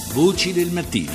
Voci del mattino.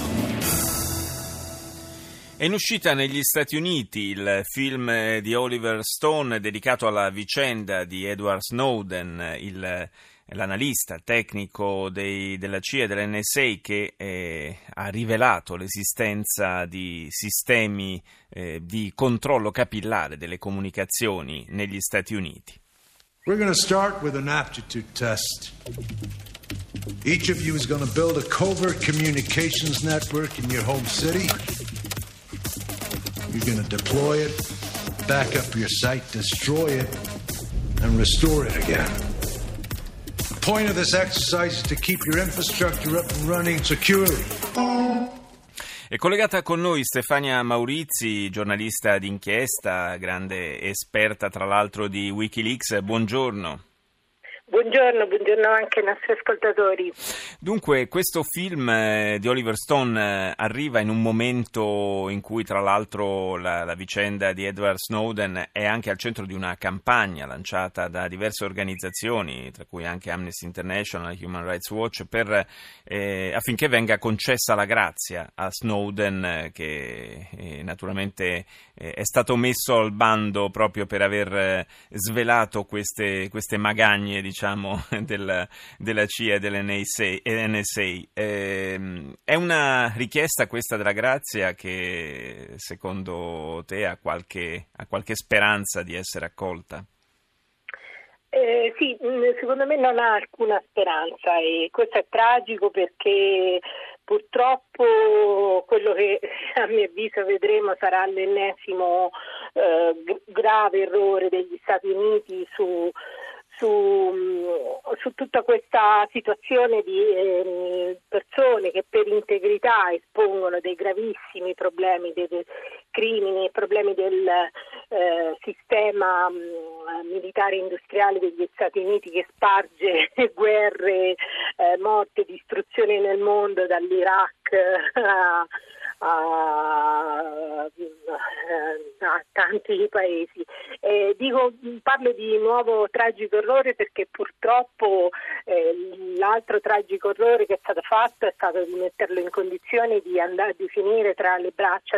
È in uscita negli Stati Uniti il film di Oliver Stone dedicato alla vicenda di Edward Snowden, l'analista tecnico della CIA e dell'NSA che ha rivelato l'esistenza di sistemi di controllo capillare delle comunicazioni negli Stati Uniti. We're going to start with an aptitude test. Each of you is going to build a covert communications network in your home city. You're going to deploy it, back up your site, destroy it, and restore it again. The point of this exercise is to keep your infrastructure up and running securely. È collegata con noi Stefania Maurizi, giornalista d'inchiesta, grande esperta tra l'altro di Wikileaks. Buongiorno. Buongiorno anche ai nostri ascoltatori. Dunque, questo film di Oliver Stone arriva in un momento in cui, tra l'altro, la vicenda di Edward Snowden è anche al centro di una campagna lanciata da diverse organizzazioni, tra cui anche Amnesty International e Human Rights Watch, affinché venga concessa la grazia a Snowden, che naturalmente è stato messo al bando proprio per aver svelato queste magagne, diciamo, della CIA e dell'NSA. È una richiesta questa della grazia che secondo te ha qualche speranza di essere accolta? Sì, secondo me non ha alcuna speranza e questo è tragico perché purtroppo quello che a mio avviso vedremo sarà l'ennesimo grave errore degli Stati Uniti su tutta questa situazione di persone che per integrità espongono dei gravissimi problemi, dei crimini e problemi del sistema militare industriale degli Stati Uniti che sparge guerre, morte, distruzione nel mondo, dall'Iraq a tanti paesi. Parlo di nuovo tragico errore perché purtroppo l'altro tragico errore che è stato fatto è stato di metterlo in condizione di finire tra le braccia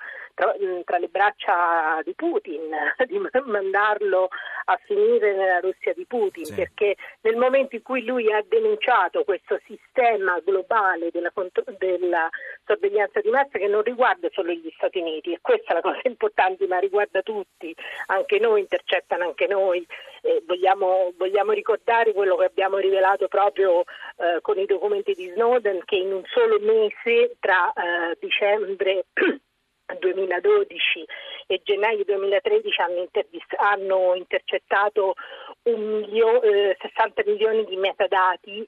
di Putin, di mandarlo a finire nella Russia di Putin, sì. Perché nel momento in cui lui ha denunciato questo sistema globale della sorveglianza di massa che non riguarda solo gli Stati Uniti, e questa è la cosa importante, ma riguarda tutti, anche noi, intercettano anche noi. Vogliamo ricordare quello che abbiamo rivelato proprio con i documenti di Snowden, che in un solo mese tra dicembre 2012 e gennaio 2013 hanno intercettato 60 milioni di metadati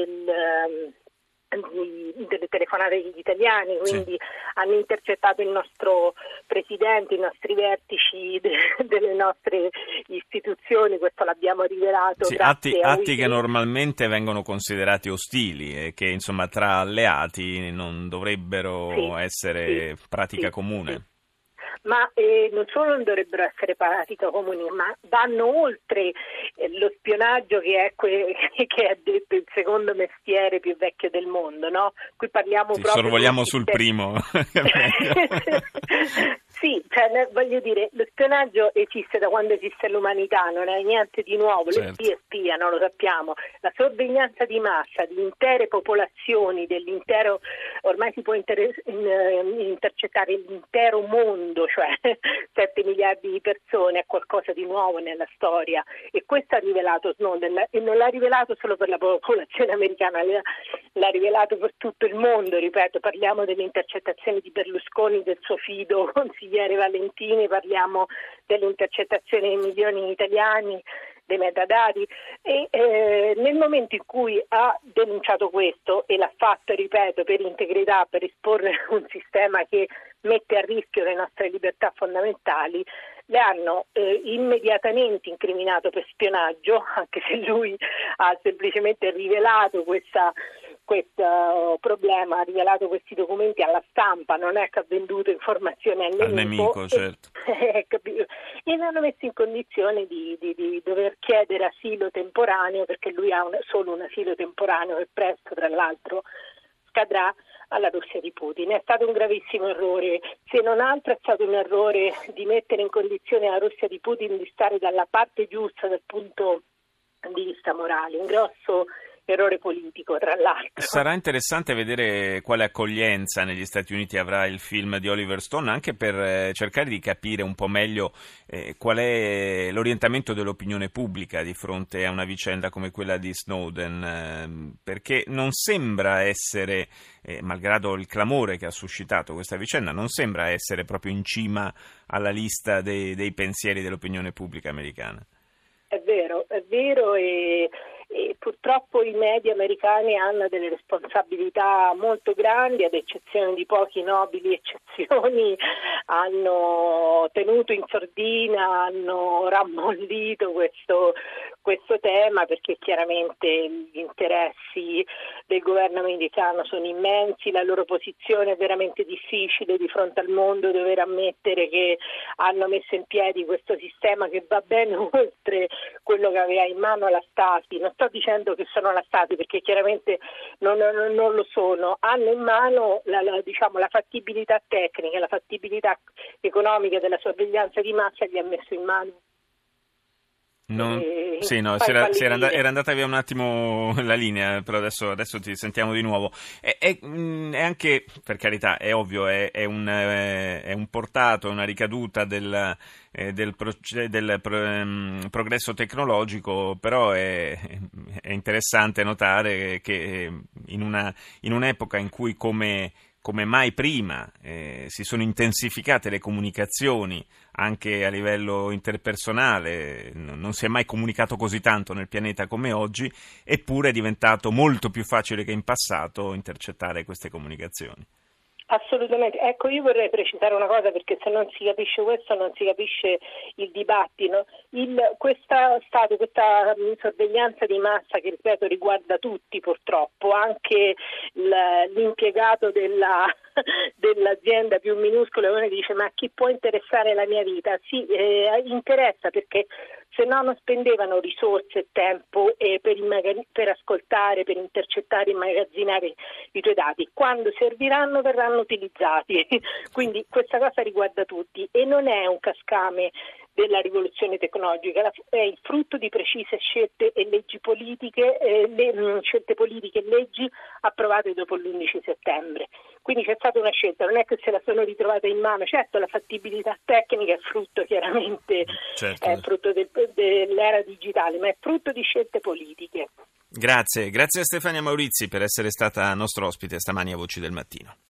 delle telefonate degli italiani, quindi sì. Hanno intercettato il nostro presidente, i nostri vertici delle nostre istituzioni, questo l'abbiamo rivelato. Sì, atti che normalmente vengono considerati ostili e che insomma tra alleati non dovrebbero essere pratica comune. Sì. Ma non solo non dovrebbero essere pratica comune, ma vanno oltre lo spionaggio che è detto il secondo mestiere più vecchio del mondo, no? Qui parliamo proprio. Sorvoliamo sul primo. Sì, voglio dire, lo spionaggio esiste da quando esiste l'umanità, non è niente di nuovo, certo. Le spie spiano, lo sappiamo. La sorveglianza di massa di intere popolazioni, ormai si può intercettare l'intero mondo, cioè 7 miliardi di persone, è qualcosa di nuovo nella storia, e questo ha rivelato Snowden, e non l'ha rivelato solo per la popolazione americana, l'ha rivelato per tutto il mondo. Ripeto, parliamo delle intercettazioni di Berlusconi, del suo fido consigliere Valentini, parliamo delle intercettazioni di milioni di italiani, dei metadati, e nel momento in cui ha denunciato questo, e l'ha fatto, ripeto, per integrità, per esporre un sistema che mette a rischio le nostre libertà fondamentali, le hanno immediatamente incriminato per spionaggio, anche se lui ha semplicemente rivelato questo problema, ha rivelato questi documenti alla stampa, non è che ha venduto informazioni al nemico, certo. E l'hanno messo in condizione di dover chiedere asilo temporaneo, perché lui ha solo un asilo temporaneo che presto, tra l'altro, accadrà alla Russia di Putin. È stato un gravissimo errore, se non altro è stato un errore di mettere in condizione la Russia di Putin di stare dalla parte giusta dal punto di vista morale, un grosso errore politico, tra l'altro. Sarà interessante vedere quale accoglienza negli Stati Uniti avrà il film di Oliver Stone, anche per cercare di capire un po' meglio qual è l'orientamento dell'opinione pubblica di fronte a una vicenda come quella di Snowden, perché non sembra essere, malgrado il clamore che ha suscitato questa vicenda, non sembra essere proprio in cima alla lista dei pensieri dell'opinione pubblica americana. È vero e purtroppo i media americani hanno delle responsabilità molto grandi, ad eccezione di pochi nobili eccezioni, hanno tenuto in sordina, hanno rammollito questo tema, perché chiaramente gli interessi del governo americano sono immensi, la loro posizione è veramente difficile di fronte al mondo, dover ammettere che hanno messo in piedi questo sistema che va ben oltre quello che aveva in mano la Stasi. Non sto dicendo che sono la Stasi, perché chiaramente non lo sono, hanno in mano la fattibilità tecnica, la fattibilità economica della sorveglianza di massa, gli ha messo in mano. Era andata via un attimo la linea, però adesso ti sentiamo di nuovo. È anche, per carità, è ovvio, è un portato, è una ricaduta del progresso tecnologico, però è interessante notare che in un'epoca in cui come mai prima si sono intensificate le comunicazioni anche a livello interpersonale, non si è mai comunicato così tanto nel pianeta come oggi, eppure è diventato molto più facile che in passato intercettare queste comunicazioni. Assolutamente, ecco, io vorrei precisare una cosa, perché se non si capisce questo non si capisce il dibattito. Questa sorveglianza di massa, che ripeto riguarda tutti purtroppo, anche l'impiegato dell'azienda più minuscola, uno dice: ma a chi può interessare la mia vita? Sì, interessa, perché se no non spendevano risorse e tempo per ascoltare, per intercettare, immagazzinare i tuoi dati. Quando serviranno verranno utilizzati. Quindi questa cosa riguarda tutti e non è un cascame della rivoluzione tecnologica, è il frutto di precise scelte e leggi politiche, scelte politiche e leggi approvate dopo l'11 settembre. Quindi c'è stata una scelta, non è che se la sono ritrovata in mano. Certo, la fattibilità tecnica è frutto chiaramente, è frutto dell'era digitale, ma è frutto di scelte politiche. Grazie a Stefania Maurizi per essere stata nostro ospite stamani a Voci del Mattino.